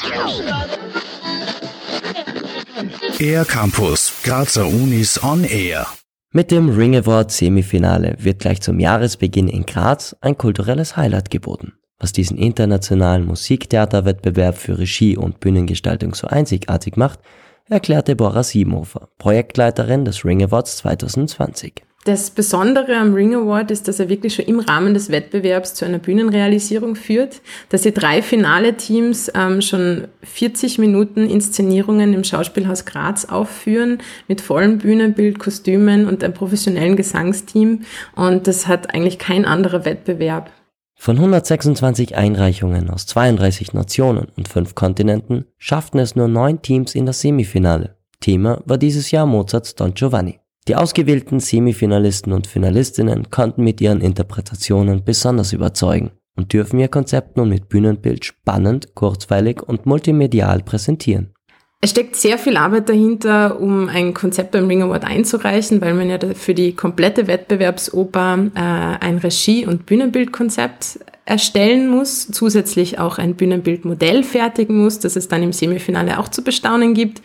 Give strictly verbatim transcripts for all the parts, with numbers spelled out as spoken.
Air Campus, Grazer Unis on Air. Mit dem Ring Award Semifinale wird gleich zum Jahresbeginn in Graz ein kulturelles Highlight geboten. Was diesen internationalen Musiktheaterwettbewerb für Regie und Bühnengestaltung so einzigartig macht, erklärt Deborah Siebenhofer, Projektleiterin des Ring Awards zwanzig zwanzig. Das Besondere am Ring Award ist, dass er wirklich schon im Rahmen des Wettbewerbs zu einer Bühnenrealisierung führt, dass die drei Finale-Teams ähm, schon vierzig Minuten Inszenierungen im Schauspielhaus Graz aufführen, mit vollem Bühnenbild, Kostümen und einem professionellen Gesangsteam. Und das hat eigentlich kein anderer Wettbewerb. Von hundertsechsundzwanzig Einreichungen aus zweiunddreißig Nationen und fünf Kontinenten schafften es nur neun Teams in das Semifinale. Thema war dieses Jahr Mozarts Don Giovanni. Die ausgewählten Semifinalisten und Finalistinnen konnten mit ihren Interpretationen besonders überzeugen und dürfen ihr Konzept nun mit Bühnenbild spannend, kurzweilig und multimedial präsentieren. Es steckt sehr viel Arbeit dahinter, um ein Konzept beim Ring Award einzureichen, weil man ja für die komplette Wettbewerbsoper äh, ein Regie- und Bühnenbildkonzept erstellen muss, zusätzlich auch ein Bühnenbildmodell fertigen muss, das es dann im Semifinale auch zu bestaunen gibt.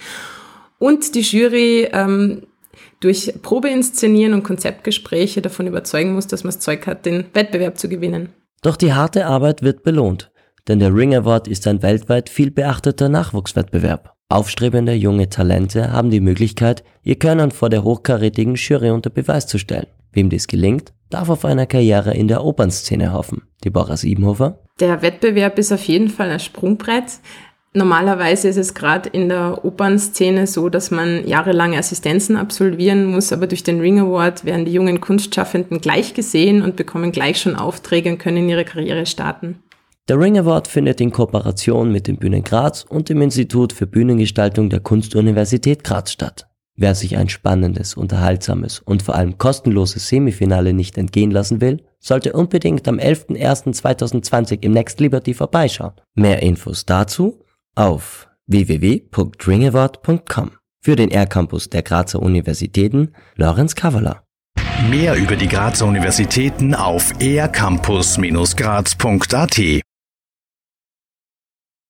Und die Jury ähm, durch Probeinszenieren und Konzeptgespräche davon überzeugen muss, dass man das Zeug hat, den Wettbewerb zu gewinnen. Doch die harte Arbeit wird belohnt, denn der Ring Award ist ein weltweit viel beachteter Nachwuchswettbewerb. Aufstrebende junge Talente haben die Möglichkeit, ihr Können vor der hochkarätigen Jury unter Beweis zu stellen. Wem dies gelingt, darf auf eine Karriere in der Opernszene hoffen. Deborah Siebenhofer. Der Wettbewerb ist auf jeden Fall ein Sprungbrett. Normalerweise ist es gerade in der Opernszene so, dass man jahrelange Assistenzen absolvieren muss, aber durch den Ring Award werden die jungen Kunstschaffenden gleich gesehen und bekommen gleich schon Aufträge und können ihre Karriere starten. Der Ring Award findet in Kooperation mit den Bühnen Graz und dem Institut für Bühnengestaltung der Kunstuniversität Graz statt. Wer sich ein spannendes, unterhaltsames und vor allem kostenloses Semifinale nicht entgehen lassen will, sollte unbedingt am elften ersten zweitausendzwanzig im Next Liberty vorbeischauen. Mehr Infos dazu auf w w w punkt ring award punkt com. Für den Air Campus der Grazer Universitäten, Lorenz Kavala. Mehr über die Grazer Universitäten auf air campus Bindestrich graz punkt a t.